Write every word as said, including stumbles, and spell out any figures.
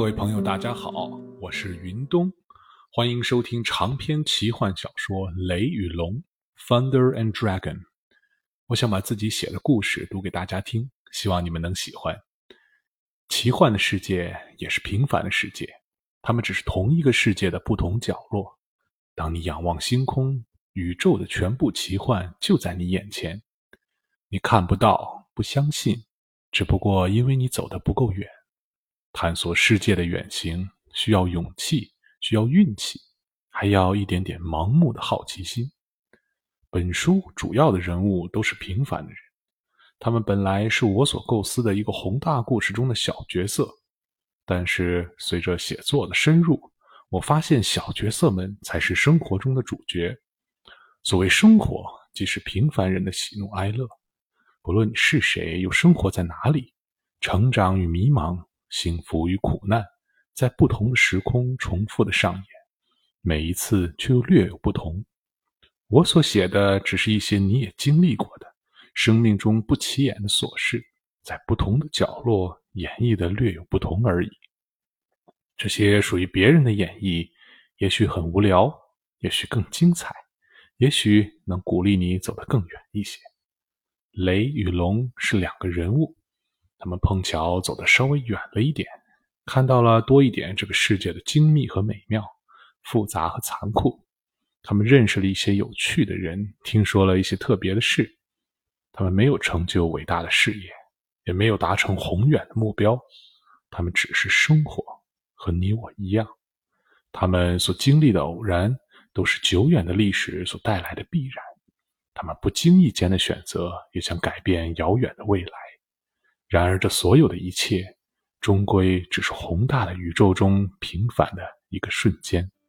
各位朋友大家好，我是云东，欢迎收听长篇奇幻小说《雷与龙》 Thunder and Dragon。 我想把自己写的故事读给大家听，希望你们能喜欢。奇幻的世界也是平凡的世界，它们只是同一个世界的不同角落。当你仰望星空，宇宙的全部奇幻就在你眼前，你看不到，不相信，只不过因为你走得不够远。探索世界的远行需要勇气，需要运气，还要一点点盲目的好奇心。本书主要的人物都是平凡的人，他们本来是我所构思的一个宏大故事中的小角色，但是随着写作的深入，我发现小角色们才是生活中的主角。所谓生活，即是平凡人的喜怒哀乐，不论你是谁，又生活在哪里，成长与迷茫，幸福与苦难，在不同的时空重复的上演，每一次却又略有不同。我所写的只是一些你也经历过的生命中不起眼的琐事，在不同的角落演绎的略有不同而已。这些属于别人的演绎，也许很无聊，也许更精彩，也许能鼓励你走得更远一些。雷与龙是两个人物，他们碰巧走得稍微远了一点，看到了多一点这个世界的精密和美妙，复杂和残酷。他们认识了一些有趣的人，听说了一些特别的事。他们没有成就伟大的事业，也没有达成宏远的目标，他们只是生活，和你我一样。他们所经历的偶然，都是久远的历史所带来的必然。他们不经意间的选择，也将改变遥远的未来。然而这所有的一切，终归只是宏大的宇宙中平凡的一个瞬间。